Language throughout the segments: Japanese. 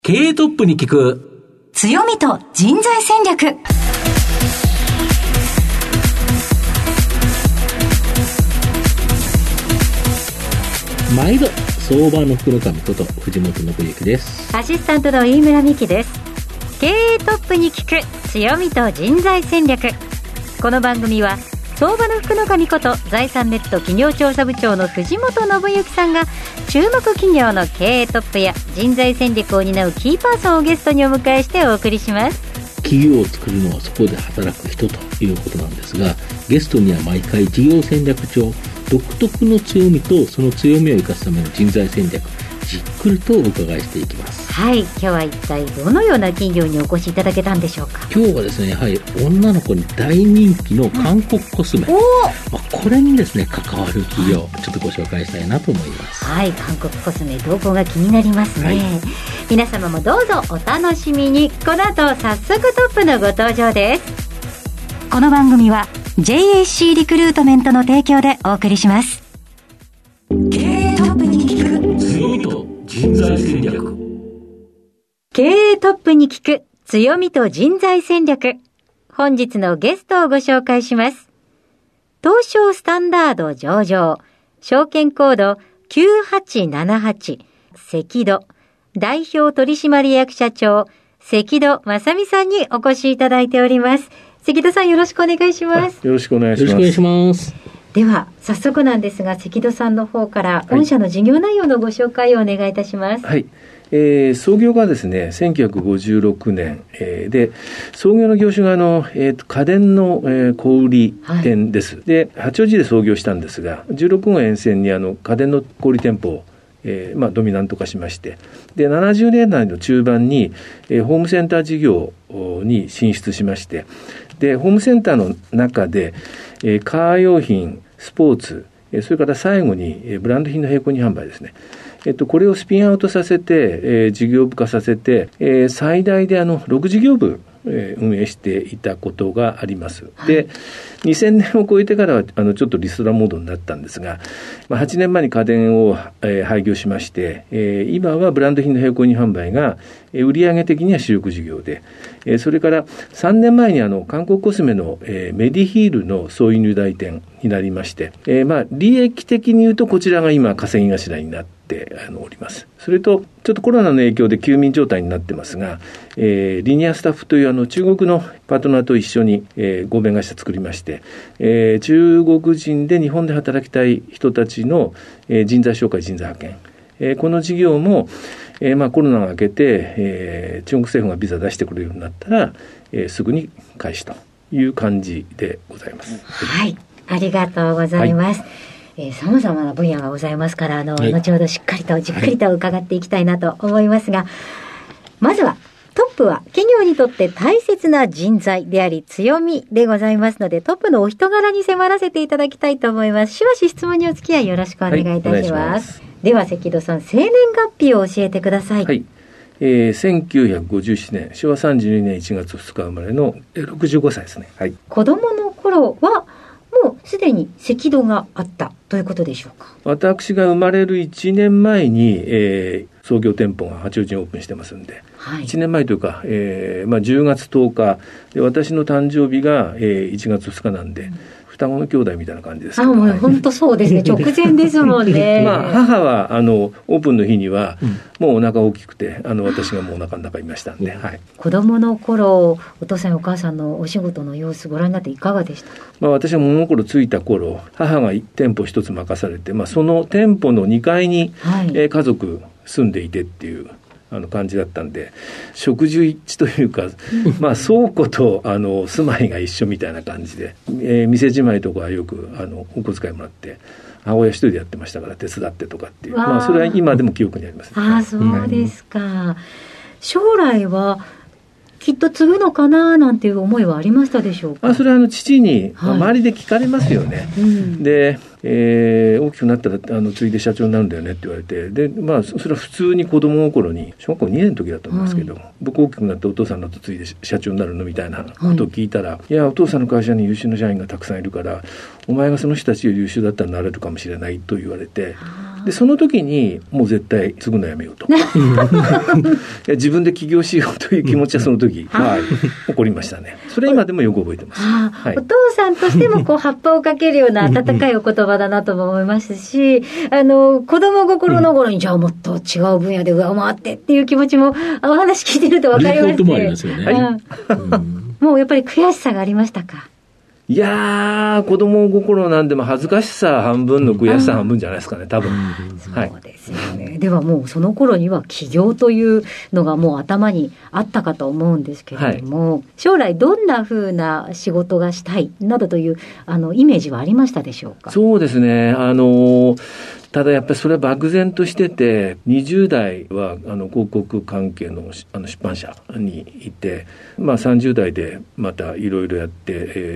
経営トップに聞く強みと人材戦略。 毎度相場の福の神こと藤本信之です。 アシスタントの飯村美希です。経営トップに聞く強みと人材戦略。この番組は相場の福の神こと財産ネット企業調査部長の藤本信之さんが注目企業の経営トップや人材戦略を担うキーパーソンをゲストにお迎えしてお送りします。 企業を作るのはそこで働く人ということなんですが、ゲストには毎回事業戦略上独特の強みとその強みを生かすための人材戦略、じっくりとお伺いしていきます。 はい、今日は一体どのような企業にお越しいただけたんでしょうか。 今日はですね、やはり女の子に大人気の韓国コスメ、これにですね関わる企業、ちょっとご紹介したいなと思います。 はい、韓国コスメ動向が気になりますね、皆様もどうぞお楽しみに。この後早速トップのご登場です。 この番組は JAC リクルートメントの提供でお送りします。経営トップに聞く強みと人材戦略。 経営トップに聞く強みと人材戦略。本日のゲストをご紹介します。東証スタンダード上場、証券コード9878、関戸、代表取締役社長、関戸正美さんにお越しいただいております。関戸さん、よろしくお願いします。 よろしくお願いします。 よろしくお願いします。 では早速なんですが、関戸さんの方から御社の事業内容のご紹介をお願いいたします。 はい、創業がですね1956年、で創業の業種が家電の、小売店です、で八王子で創業したんですが、16号沿線に家電の小売店舗をドミナント化しまして、で70年代の中盤に、ホームセンター事業に進出しまして、でホームセンターの中で、カー用品、スポーツ、それから最後に、ブランド品の並行に販売ですね、これをスピンアウトさせて、事業部化させて、最大で6事業部運営していたことがあります。で、2000年を超えてからはちょっとリストラモードになったんですが、8年前に家電を廃業しまして、今はブランド品の並行に販売が売上的には主力事業で、それから3年前に韓国コスメのメディヒールの総輸入代店になりまして、利益的に言うとこちらが今稼ぎ頭になっております。それとちょっとコロナの影響で休眠状態になってますが、リニアスタッフという中国のパートナーと一緒に、合弁会社作りまして、中国人で日本で働きたい人たちの、人材紹介、人材派遣、この事業も、コロナが明けて、中国政府がビザ出してくれるようになったら、すぐに開始という感じでございます。 はい、ありがとうございます。様々な分野がございますから、後ほどしっかりとじっくりと伺っていきたいなと思いますが、まずはトップは企業にとって大切な人材であり強みでございますので、トップのお人柄に迫らせていただきたいと思います。しばし質問にお付き合いよろしくお願いいたします。では関戸さん、生年月日を教えてください。はい、 1957年昭和32年1月2日生まれの65歳ですね。はい、 子供の頃はもうすでに関戸があったということでしょうか。 私が生まれる1年前に、創業店舗が八王子にオープンしてますんで、1年前というか、10月10日で、私の誕生日が、1月2日なんで、双子の兄弟みたいな感じですけど。 もう本当そうですね。直前ですもんね。 母はオープンの日にはもうお腹大きくて、私がもうお腹の中にいましたんで、 子供の頃、お父さんお母さんのお仕事の様子ご覧になっていかがでしたか。 私は物心ついた頃、母が店舗一つ任されて、その店舗の2階に、家族住んでいてっていう感じだったんで、食事一致というか、倉庫と住まいが一緒みたいな感じで、店じまいとかはよくお小遣いもらって母親一人でやってましたから、手伝ってとかっていう、それは今でも記憶にあります。 そうですか。将来はきっと継ぐのかななんていう思いはありましたでしょうか。 それは父に、周りで聞かれますよね。で大きくなったらついで社長になるんだよねって言われて、でまあそれは普通に子供の頃に小学校2年の時だと思いますけど、僕大きくなってお父さんの後ついで社長になるのみたいなことを聞いたら、いやお父さんの会社に優秀な社員がたくさんいるからお前がその人たちより優秀だったらなれるかもしれないと言われて、でその時にもう絶対継ぐのやめようといや自分で起業しようという気持ちはその時、起こりましたね。それ今でもよく覚えてます。 お父さんとしても葉っぱをかけるような温かいお言葉だなとも思いますし、子供心の頃にじゃあもっと違う分野で上回ってっていう気持ちもお話聞いてると分かりますね。 もありますよね。 もうやっぱり悔しさがありましたか？ いやー、子供心なんでも恥ずかしさ半分の悔しさ半分じゃないですかね、多分。 そうですよね。ではもうその頃には起業というのがもう頭にあったかと思うんですけれども、将来どんな風な仕事がしたいなどというイメージはありましたでしょうか？ そうですね。ただやっぱりそれは漠然としてて、20代は広告関係の出版社にいて、まあ30代でまたいろいろやって、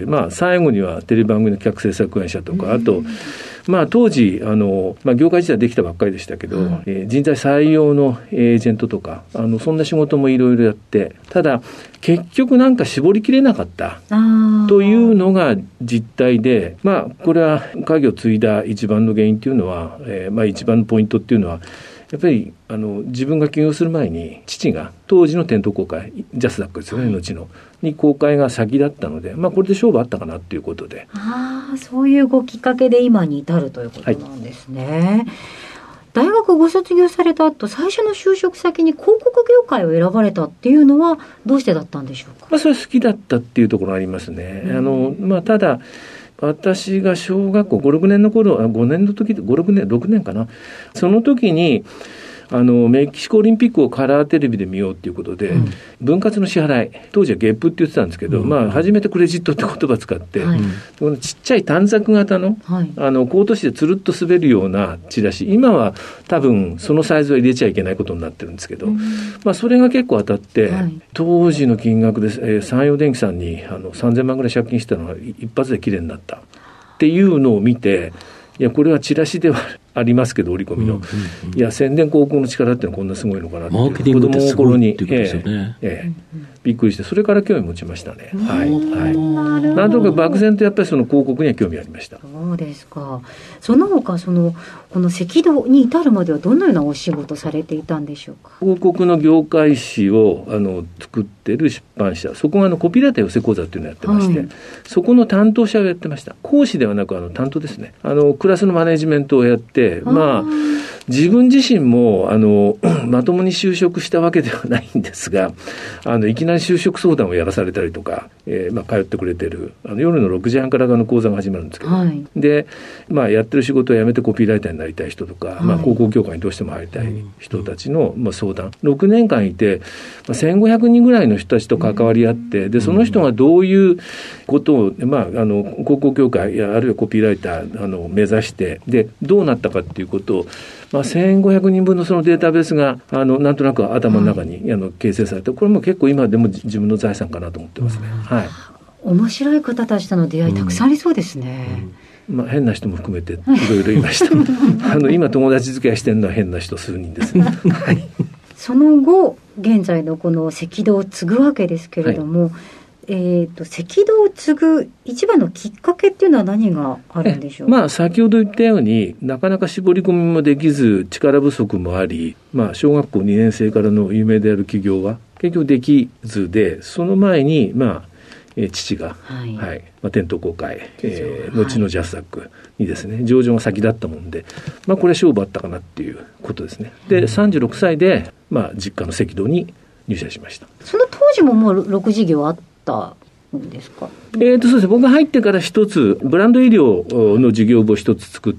まあ最後にはテレビ番組の企画制作会社とか、あとまあ当時まあ業界自体できたばっかりでしたけど、人材採用のエージェントとかそんな仕事もいろいろやって、ただ結局なんか絞りきれなかったというのが実態で、まあこれは家業を継いだ一番の原因っていうのは、まあ一番のポイントっていうのはやっぱり自分が起業する前に父が当時の店頭公開ジャスダックですよね、後のに公開が先だったので、まあこれで勝負あったかなっていうことで、 そういうごきっかけで今に至るということなんですね。大学ご卒業された後、最初の就職先に広告業界を選ばれたっていうのはどうしてだったんでしょうか？ まあそれ好きだったっていうところありますね。まあただ私が小学校5、6年の頃、5年の時、5、6年、6年かな。その時に、メキシコオリンピックをカラーテレビで見ようっていうことで、分割の支払い、当時はゲップって言ってたんですけど、まあ、初めてクレジットって言葉を使って、このちっちゃい短冊型の、コート紙でつるっと滑るようなチラシ、今は多分そのサイズは入れちゃいけないことになってるんですけど、まあ、それが結構当たって、当時の金額で、山陽電機さんに3000万ぐらい借金したのが一発できれいになったっていうのを見て、いやこれはチラシではありますけど、織り込みの、いや宣伝広告の力っていうのはこんなすごいのかなって、 マーケティングってすごいっていうことですよね。 びっくりして、それから興味持ちましたね。なんとなく漠然とやっぱりその広告には興味ありました。 そうですか。その他この赤道に至るまではどのようなお仕事されていたんでしょうか？ 広告の業界誌を作ってる出版社、そこがコピーライター養成講座っていうのをやってまして、そこの担当者をやってました。講師ではなく担当ですね。クラスのマネジメントをやって、まあ自分自身もまともに就職したわけではないんですが、いきなり就職相談をやらされたりとか、まあ、通ってくれてる夜の6時半から講座が始まるんですけど、で、まあ、やってる仕事を辞めてコピーライターになりたい人とか、まあ、広告業界にどうしても入りたい人たちの、まあ、相談6年間いて、まあ、1500人ぐらいの人たちと関わり合って、でその人がどういうことを、まあ、広告業界あるいはコピーライター目指して、でどうなったかっていうことを、まあ、1500人分のそのデータベースがなんとなく頭の中に形成されて、これも結構今でも自分の財産かなと思ってますね。 面白い方たちとの出会いたくさんありそうですね。 まあ、変な人も含めていろいろいました今友達付き合いしてるのは変な人数人ですねその後現在のこの赤道を継ぐわけですけれども、赤道を継ぐ一番のきっかけっていうのは何があるんでしょうか？ まあ、先ほど言ったようになかなか絞り込みもできず力不足もあり、まあ、小学校2年生からの夢である起業は結局できずで、その前にまあ父が、まあ、店頭公開、後のジャスダックにですね上場が先だったもんで、まあ、これ勝負あったかなっていうことですね。で36歳で、まあ、実家の赤道に入社しました。 その当時ももう6事業あったんですか？ そうですね、僕が入ってから一つブランド医療の事業部を一つ作って、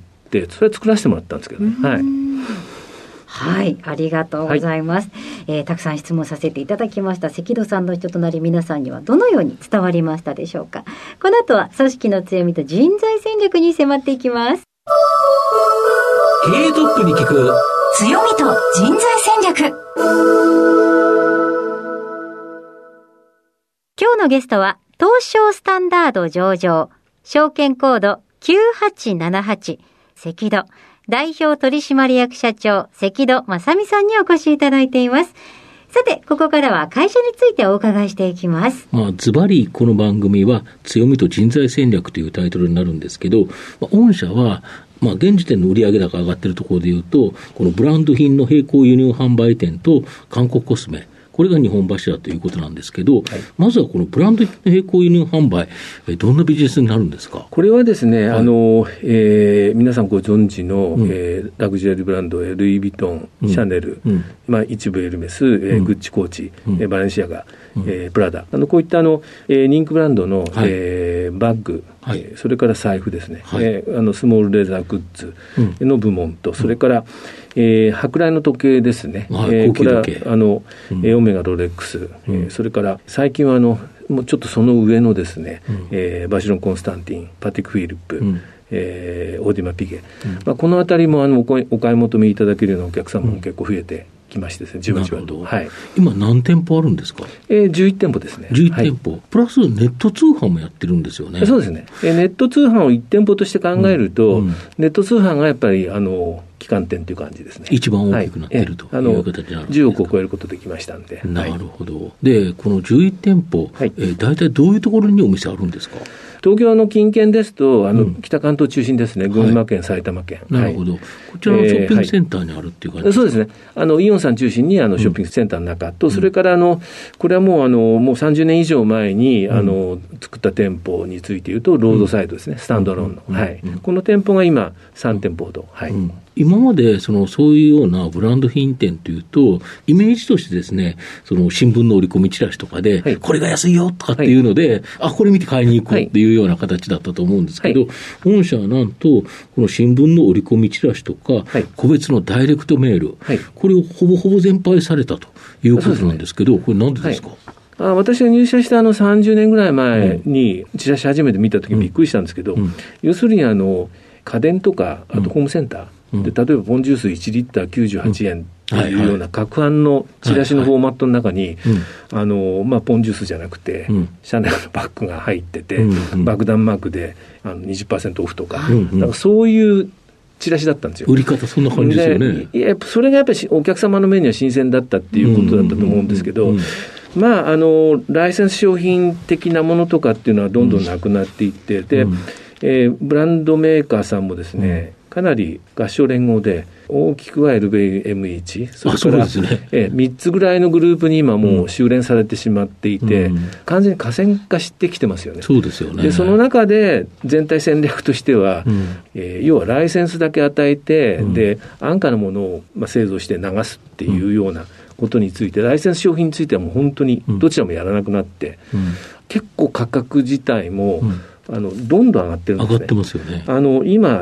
それは作らせてもらったんですけどね。 はい、ありがとうございます、たくさん質問させていただきました。赤道さんの人となり皆さんにはどのように伝わりましたでしょうか？この後は組織の強みと人材戦略に迫っていきます。 経営トップに聞く強みと人材戦略。 今日のゲストは東証スタンダード上場証券コード 9878関戸代表取締役社長関戸正美さんにお越しいただいています。さて、ここからは会社についてお伺いしていきます。 ズバリこの番組は強みと人材戦略というタイトルになるんですけど、御社は現時点の売上高上がっているところでいうと、このブランド品の並行輸入販売店と韓国コスメ、これが日本柱ということなんですけど、まずはこのブランド品の並行輸入販売、どんなビジネスになるんですか？ これはですね、皆さんご存知の、ラグジュアリーブランド、ルイ・ヴィトン、シャネル、一部エルメス、グッチ・コーチ、バレンシアガ、プラダ、こういった人気ブランドの、バッグ、それから財布ですね、スモールレザーグッズの部門と、それから、舶来の時計ですね、これはオメガロレックス、それから最近はもうちょっとその上のですね、バシロン・コンスタンティン、パティック・フィリップ、オーディマ・ピゲ、このあたりもお買い求めいただけるようなお客様も結構増えてきましてですね、じわじわと。 今何店舗あるんですか ？11店舗ですね。 11店舗、プラスネット通販もやってるんですよね。 そうですね。ネット通販を1店舗として考えると、ネット通販がやっぱり旗艦店という感じですね。 一番大きくなっているという形になるんですね。 10億を超えることできましたんで。 なるほど。で、この11店舗、大体どういうところにお店あるんですか？ 東京の近県ですと、北関東中心ですね、群馬県、埼玉県。 なるほど。こちらのショッピングセンターにあるっていう感じですか？ そうですね。イオンさん中心にショッピングセンターの中と、それからこれはもうもう30年以上前に作った店舗について言うと、ロードサイドですね、スタンドアローンの。この店舗が今、3店舗ほど。 今までそういうようなブランド品店というと、イメージとしてですね、新聞の折り込みチラシとかで、これが安いよとかっていうので、これ見て買いに行こうっていうような形だったと思うんですけど、御社はなんと、この新聞の折り込みチラシとか、個別のダイレクトメール、これをほぼほぼ全廃されたということなんですけど、これなんでですか？ 私が入社した30年ぐらい前にチラシ初めて見たときびっくりしたんですけど、要するに家電とか、あとホームセンター、で例えばポンジュース1リッター98円というような各販のチラシのフォーマットの中に、ポンジュースじゃなくて、シャネルのバッグが入ってて、爆弾マークで20% オフとか、なんかそういうチラシだったんですよ。 売り方そんな感じですよね。 それがやっぱりお客様の目には新鮮だったっていうことだったと思うんですけど、ライセンス商品的なものとかっていうのはどんどんなくなっていって、で、ブランドメーカーさんもですね、かなり合唱連合で大きくは LVMH、それから3つぐらいのグループに今もう修練されてしまっていて、完全に河川化してきてますよね。 そうですよね。 でその中で全体戦略としては、要はライセンスだけ与えて、で安価なものを製造して流すっていうようなことについて、ライセンス商品についてはもう本当にどちらもやらなくなって、結構価格自体も、どんどん上がってるんですね。 上がってますよね。 今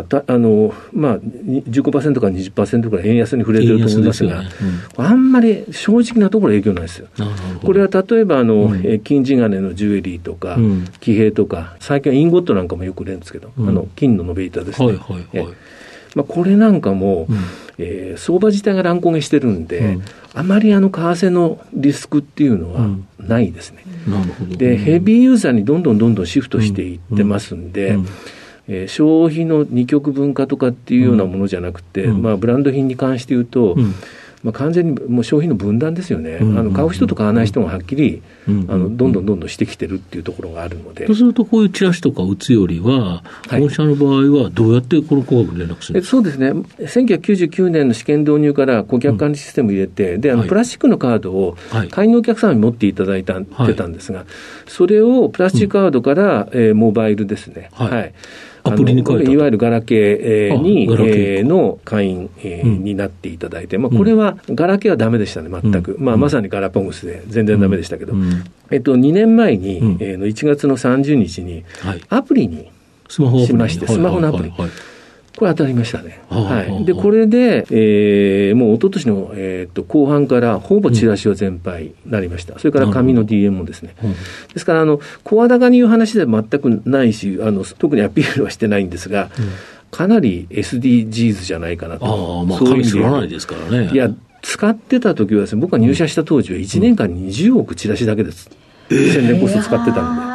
15% から 20% ぐらい円安に触れてると思いますが、あんまり正直なところ影響ないですよ。これは例えば金地金のジュエリーとか、騎兵とか、最近はインゴットなんかもよく売れるんですけど、金の延べ板ですね。これなんかも、相場自体が乱高下してるんで、あまり為替のリスクっていうのはないですね。でヘビーユーザーにどんどんシフトしていってますんで、消費の二極分化とかっていうようなものじゃなくて、ブランド品に関して言うと、完全にもう消費の分断ですよね。買う人と買わない人がはっきり、どんどんしてきてるっていうところがあるので。 そうするとこういうチラシとか打つよりは、御社の場合はどうやってこの顧客に連絡するんですか？ そうですね。1999年の試験導入から顧客管理システムを入れて、でプラスチックのカードを会員のお客様に持っていただいてたんですが、それをプラスチックカードから、モバイルですね。 アプリに変えたいわゆるガラケーにの会員になっていただいて、これはガラケーはダメでしたね、全く。まさにガラパゴスで全然ダメでしたけど、2年前に、1月の30日にアプリにしまして、スマホのアプリ。これ当たりましたね。で、これで、もう一昨年の、後半からほぼチラシは全廃になりました。それから紙の DM もですね。ですから、声高に言う話では全くないし、特にアピールはしてないんですが、かなり SDGs じゃないかなと。 そういう意味ではないですからね。 いや、使ってた時はですね、僕が入社した当時は1年間に20億チラシだけです。宣伝コスト使ってたんで。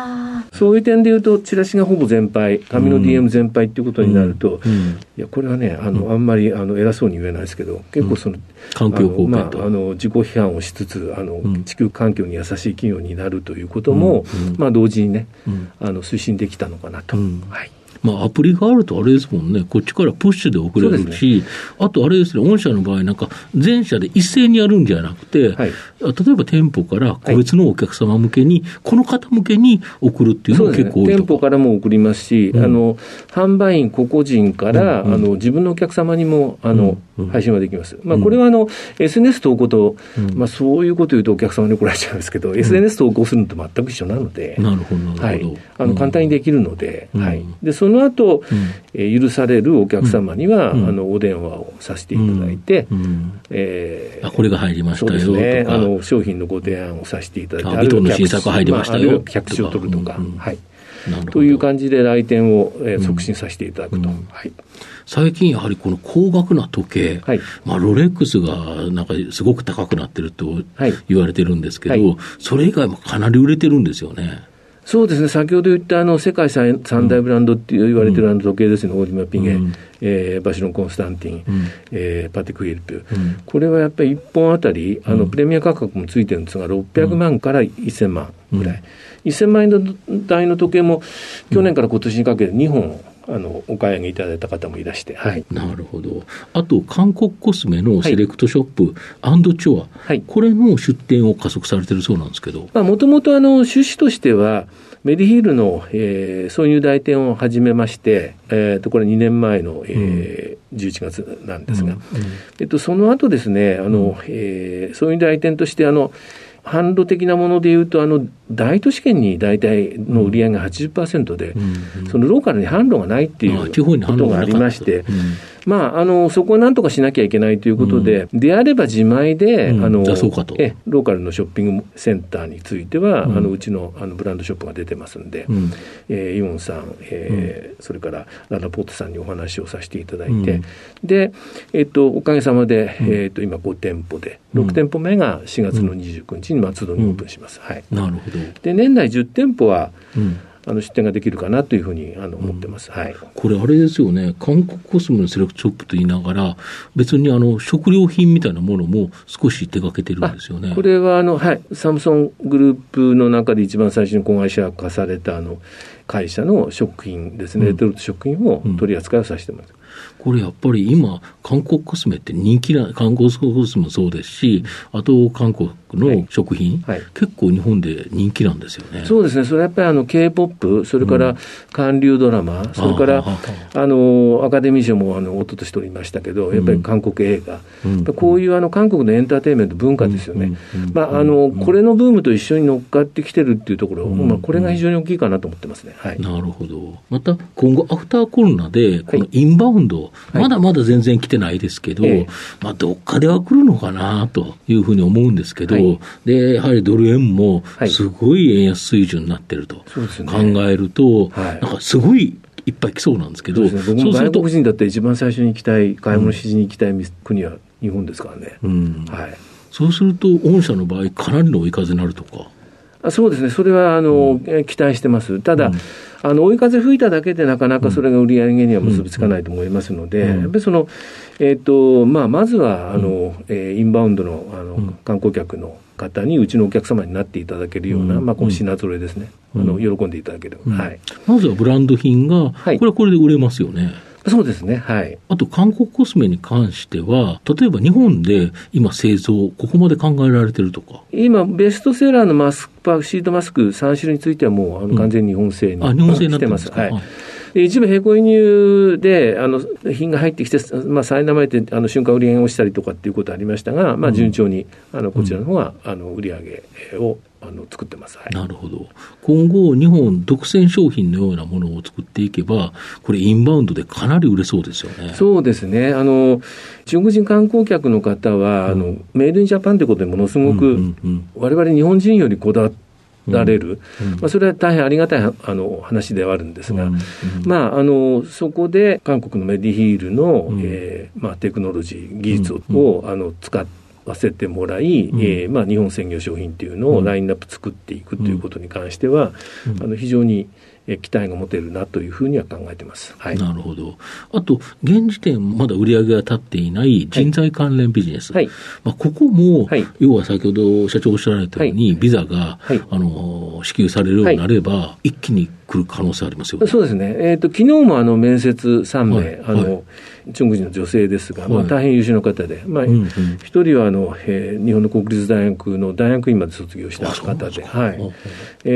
そういう点でいうとチラシがほぼ全廃、紙の DM 全廃っていうことになると、いやこれはねあんまり偉そうに言えないですけど、結構その、 環境貢献と、 自己批判をしつつ地球環境に優しい企業になるということも、同時にね、推進できたのかなと。はい。 アプリがあるとあれですもんね、こっちからプッシュで送れるし、あとあれですね、御社の場合なんか全社で一斉にやるんじゃなくて、例えば店舗から個別のお客様向けに、この方向けに送るっていうのが結構多いとか。 店舗からも送りますし、販売員個々人から、自分のお客様にも配信はできます。これはSNS 投稿と、そういうことを言うとお客様に怒られちゃうんですけど、SNS 投稿するのと全く一緒なので、 なるほどなるほど、 簡単にできるので、でその後、許されるお客様には、お電話をさせていただいて、 これが入りましたよとか、 そうですね、商品のご提案をさせていただいて、 ビトンの新作入りましたよ、 客種を取るとか、という感じで来店を促進させていただくと。 最近やはりこの高額な時計、ロレックスがなんかすごく高くなってると言われてるんですけど、それ以外もかなり売れてるんですよね。 そうですね、先ほど言った世界三大ブランドって言われてる時計ですね、オーディマ・ピゲ、バシロン・コンスタンティン、パティク・フィリプ、これはやっぱり1本あたりプレミア価格もついてるんですが、600万から1000万ぐらい、1000万円台の時計も去年から今年にかけて2本お買い上げいただいた方もいらして、 なるほど。あと韓国コスメのセレクトショップ、チョア、これの出店を加速されてるそうなんですけど、 もともと趣旨としてはメディヒールの、そういう代店を始めまして、これ2年前の、11月なんですが、その後ですね、そういう代店として販路的なものでいうと大都市圏に大体の売り上げが 80% で、そのローカルに販路がないっていうことがありまして、そこをなんとかしなきゃいけないということで、であれば自前で出そうかと。 ローカルのショッピングセンターについては、うちのブランドショップが出てますんで、イオンさん、それからララポートさんにお話をさせていただいて、で、おかげさまで、今5店舗で6店舗目が4月の29日に松戸にオープンします。 なるほど。 で年内10店舗は、出店ができるかなというふうに思ってます。 これあれですよね、韓国コスメのセレクトショップと言いながら別に食料品みたいなものも少し手掛けてるんですよね。 これはサムソングループの中で一番最初に子会社化された会社の食品ですね、レトルト食品を取り扱いをさせてます。 これやっぱり今韓国コスメって人気な、韓国コスメもそうですし、あと韓国の食品、結構日本で人気なんですよね。 そうですね、それはやっぱりK-POP、それから韓流ドラマ、それからアカデミー賞も一昨年取りましたけど、やっぱり韓国映画、こういう韓国のエンターテインメント文化ですよね。これのブームと一緒に乗っかってきてるっていうところ、これが非常に大きいかなと思ってますね。 なるほど。また今後アフターコロナでこのインバウンド、まだまだ全然来てないですけど、どっかでは来るのかなというふうに思うんですけど、でやはりドル円もすごい円安水準になってると考えると、なんかすごいいっぱい来そうなんですけど、 僕も外国人だって一番最初に行きたい、買い物しに行きたい国は日本ですからね。 そうすると御社の場合かなりの追い風になるとか。 そうですね、それは期待してます。ただ、追い風吹いただけでなかなかそれが売り上げには結びつかないと思いますので、やっぱりまずはインバウンドの観光客の方にうちのお客様になっていただけるような、この品揃えですね、喜んでいただける、 まずはブランド品が、これはこれで売れますよね。 そうですね、 あと韓国コスメに関しては、例えば日本で今製造ここまで考えられてるとか。 今ベストセラーのマスクパークシートマスク3種類についてはもう完全に日本製にしてます。一部並行輸入で品が入ってきて、苛まれて瞬間売り上げをしたりとかっていうことありましたが、順調にこちらの方は売り上げを作ってます。 なるほど。今後日本独占商品のようなものを作っていけば、これインバウンドでかなり売れそうですよね。 そうですね。中国人観光客の方はメイドインジャパンということでものすごく我々日本人よりこだわられる、それは大変ありがたい話ではあるんですが、そこで韓国のメディヒールのテクノロジー技術を使ってわせてもらい、日本専業商品っていうのをラインナップ作っていくということに関しては、非常に期待が持てるなというふうには考えています。はい、 なるほど。あと現時点まだ売り上げが立っていない人材関連ビジネス、はい、ここも、はい、要は先ほど社長おっしゃられたように、はい、ビザが、はい、支給されるようになれば、はい、一気に来る可能性ありますよね。 そうですね。昨日も面接3名、はい、中国人の女性ですが、大変優秀な方で、一人は日本の国立大学の大学院まで卒業した方で、はい、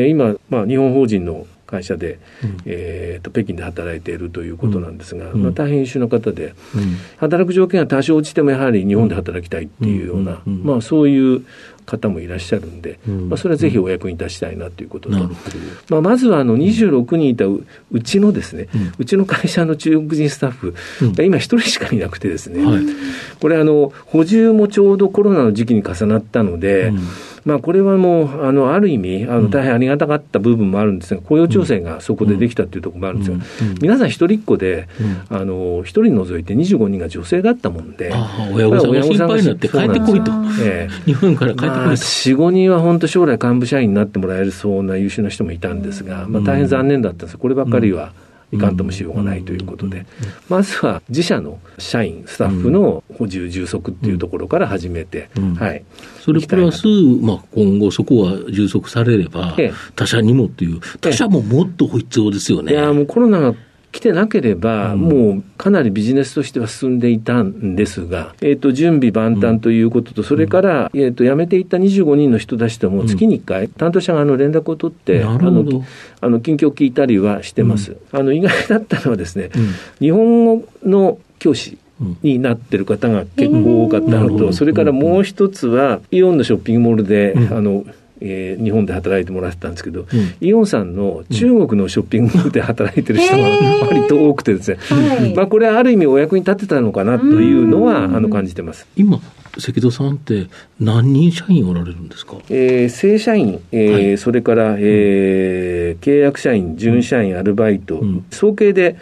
今、日本法人の会社で、北京で働いているということなんですが、大変優秀な方で、働く条件が多少落ちてもやはり日本で働きたいっていうような、そういう方もいらっしゃるんで、それはぜひお役に立ちたいなということと、まずは26人いたうちのですね、うちの会社の中国人スタッフが今一人しかいなくてですね、これ補充もちょうどコロナの時期に重なったので、これはもうある意味大変ありがたかった部分もあるんですが、雇用調整がそこでできたというところもあるんですが、皆さん一人っ子で一人除いて25人が女性だったもんで、 親御さんが心配になって帰ってこいと、日本から帰ってこいと、 4、5人は本当将来幹部社員になってもらえるそうな優秀な人もいたんですが、大変残念だったんです。こればっかりはいかんともしようがないということで、まずは自社の社員スタッフの補充充足っていうところから始めて、 それプラス、今後そこは充足されれば、他社にもっていう、他社ももっと必要ですよね。 いやもうコロナが来てなければ、もうかなりビジネスとしては進んでいたんですが、準備万端ということと、それから、辞めていった25人の人たちとも月に1回、担当者が連絡を取って、近況を聞いたりはしてます。意外だったのはですね、日本語の教師になってる方が結構多かったのと、それからもう一つは、イオンのショッピングモールで、日本で働いてもらってたんですけど、イオンさんの中国のショッピングモールで働いてる人が割と多くてですね、これはある意味お役に立てたのかなというのは感じてます。 今関戸さんって何人社員おられるんですか？ 正社員、それから、契約社員、準社員、アルバイト、総計で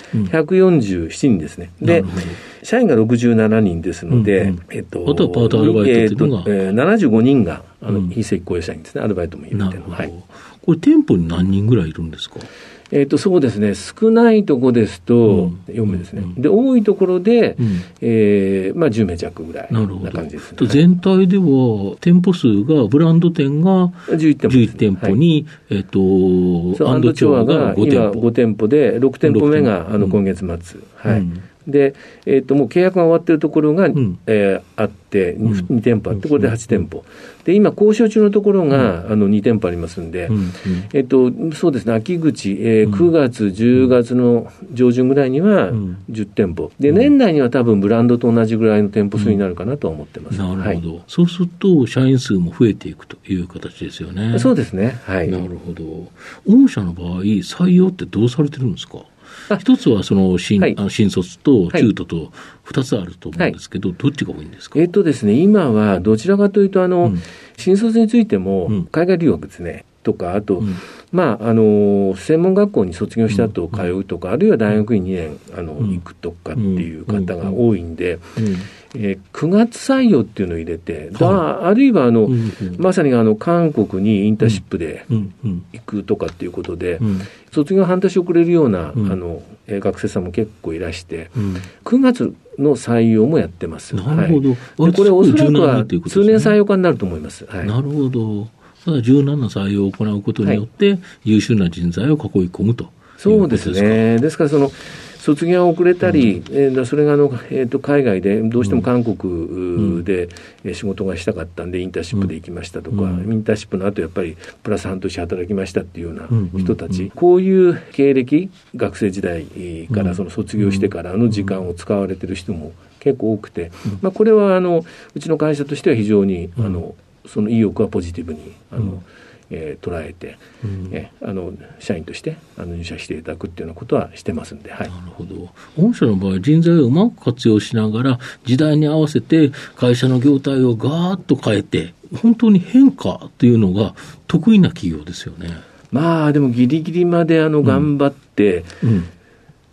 147人ですね。で社員が67人ですので、 あとはパートアルバイトっていうのが、 75人が非正規雇用社員ですね。アルバイトも入れて。 これ店舗に何人ぐらいいるんですか？ そうですね、少ないところですと4名ですね、で多いところで、10名弱ぐらいな感じですね。 全体では店舗数がブランド店が11店舗に、 アンドチョアが今5店舗で6店舗目が今月末、で、もう契約が終わっているところが、あって2店舗あって、これで8店舗で、今交渉中のところが2店舗ありますんで、そうですね、秋口、9月10月の上旬ぐらいには10店舗で、年内には多分ブランドと同じぐらいの店舗数になるかなとは思ってます。 なるほど、そうすると社員数も増えていくという形ですよね。 そうですね、なるほど。御社の場合採用ってどうされてるんですか？一つは新卒と中途と2つあると思うんですけど、どっちが多いんですか？ ですね、今はどちらかというと新卒についても海外留学ですね、とか、あと、専門学校に卒業した後通うとか、あるいは大学院2年行くとかっていう方が多いんで、9月採用っていうのを入れて、あるいはまさに韓国にインターンシップで行くとかっていうことで、卒業半年遅れるような学生さんも結構いらして、9月の採用もやってます。 なるほど。 でこれおそらくは通年採用化になると思います。 なるほど。柔軟な採用を行うことによって、優秀な人材を囲い込むということですか？ そうですね。ですから卒業が遅れたり、それが海外でどうしても韓国で仕事がしたかったんでインターンシップで行きましたとか、インターンシップの後やっぱりプラス半年働きましたっていうような人たち、こういう経歴、学生時代から卒業してからの時間を使われてる人も結構多くて、これはうちの会社としては非常にその意欲はポジティブに捉えて、社員として入社していただくっていうようなことはしてますんで、なるほど。御社の場合人材をうまく活用しながら時代に合わせて会社の業態をガーッと変えて本当に変化というのが得意な企業ですよね。 でもギリギリまで頑張って、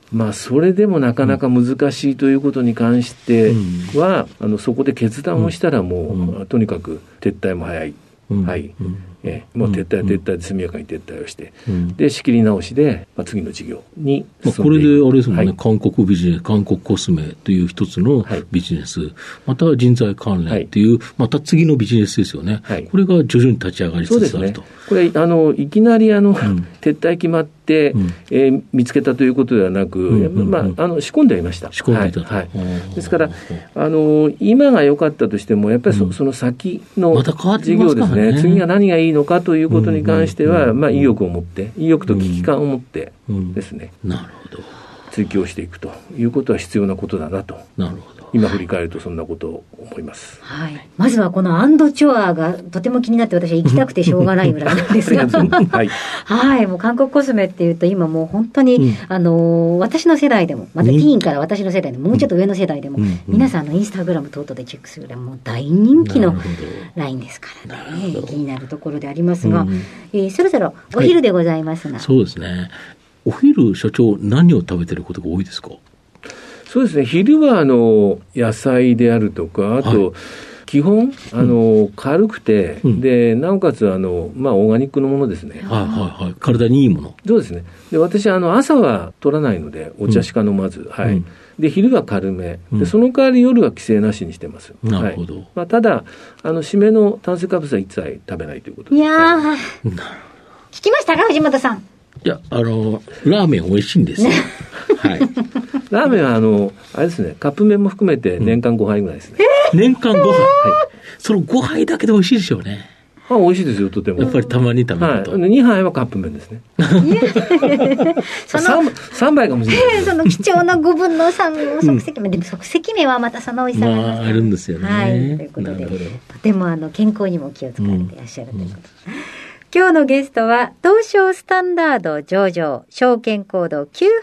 それでもなかなか難しいということに関しては、そこで決断をしたらもう、とにかく撤退も早い。はい。もう撤退で速やかに撤退をして、で仕切り直しで、次の事業に進んでいく。 これであれですもんね、韓国ビジネス、韓国コスメという一つのビジネス、また人材関連という、また次のビジネスですよね。これが徐々に立ち上がりつつあると。 これいきなり撤退決まって、見つけたということではなく、仕込んではいました。 仕込んでいたと。 ですから今が良かったとしても、やっぱりその先の事業ですね、次が何がいいのかということに関しては、意欲を持って、意欲と危機感を持ってですね、 なるほど。 追求をしていくということは必要なことだなと。 なるほど。 今振り返るとそんなことを思います。 はい。まずはこのアンドチョアがとても気になって、私は行きたくてしょうがないぐらいなんですが。 はい。 はい。もう韓国コスメっていうと今もう本当に、私の世代でも、またティーンから私の世代でも、もうちょっと上の世代でも、皆さんのインスタグラム等々でチェックするぐらいもう大人気のラインですからね。気になるところでありますが、そろそろお昼でございますが。 そうですね。お昼、社長、何を食べてることが多いですか？ そうですね、昼は野菜であるとか、あと、基本軽くて、でなおかつオーガニックのものですね。 体にいいもの。 そうですね。で私朝は取らないのでお茶しか飲まず、で昼は軽め、でその代わり夜は規制なしにしてます。 なるほど。 ただ締めの炭水化物は一切食べないということです。 いやー、聞きましたか、藤本さん。 いや、ラーメン美味しいんですよ。はい。 ラーメンはあれですね、カップ麺も含めて年間5杯ぐらいですね。 年間5杯。その5杯だけで美味しいでしょうね。 美味しいですよ、とても。 やっぱりたまに食べると。 2杯はカップ麺ですね。3杯かもしれない。 その貴重な5分の3の即席麺、でも即席麺はまたその美味しさがあるんですよね。 はい。ということで、とても健康にも気を使っていらっしゃるということ。今日のゲストは東証スタンダード上場証券コード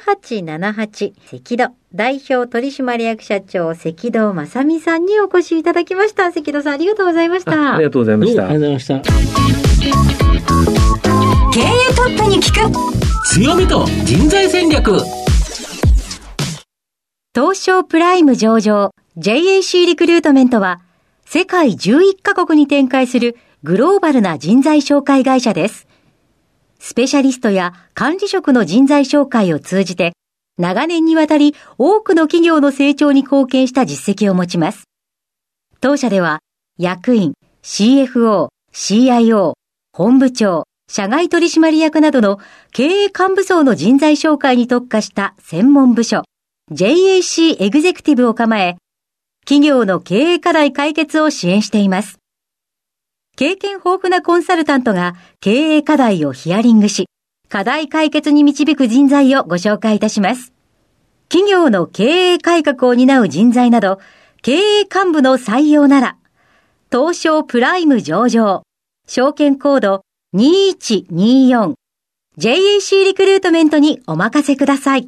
9878赤道代表取締役社長赤道正美さんにお越しいただきました。赤道さん、ありがとうございました。 ありがとうございました。 ありがとうございました。 経営トップに聞く強みと人材戦略。 東証プライム上場 JAC リクルートメントは世界11カ国に展開するグローバルな人材紹介会社です。スペシャリストや管理職の人材紹介を通じて、長年にわたり多くの企業の成長に貢献した実績を持ちます。当社では、役員、CFO、CIO、本部長、社外取締役などの経営幹部層の人材紹介に特化した専門部署、JAC エグゼクティブを構え、企業の経営課題解決を支援しています。経験豊富なコンサルタントが経営課題をヒアリングし、課題解決に導く人材をご紹介いたします。企業の経営改革を担う人材など、経営幹部の採用なら、東証プライム上場、証券コード2124、JAC リクルートメントにお任せください。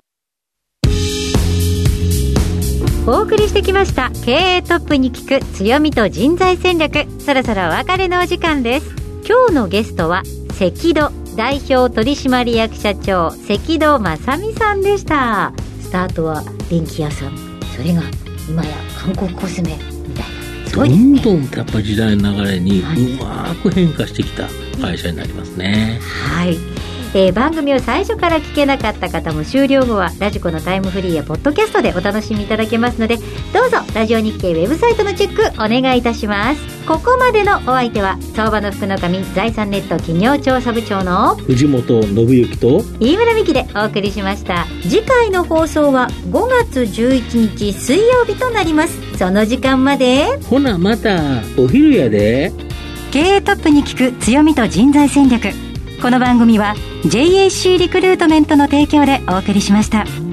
お送りしてきました経営トップに聞く強みと人材戦略、そろそろお別れのお時間です。今日のゲストは赤道代表取締役社長赤道正美さんでした。スタートは電気屋さん、それが今や韓国コスメみたいな、 どんどんやっぱり時代の流れにうまく変化してきた会社になりますね。 はい。番組を最初から聞けなかった方も終了後はラジコのタイムフリーやポッドキャストでお楽しみいただけますので、どうぞラジオ日経ウェブサイトのチェックお願いいたします。ここまでのお相手は相場の福の神財産ネット企業調査部長の藤本信之と飯村美希でお送りしました。次回の放送は5月11日水曜日となります。その時間までほなまたお昼やで。 経営トップに聞く強みと人材戦略。この番組は JAC リクルートメントの提供でお送りしました。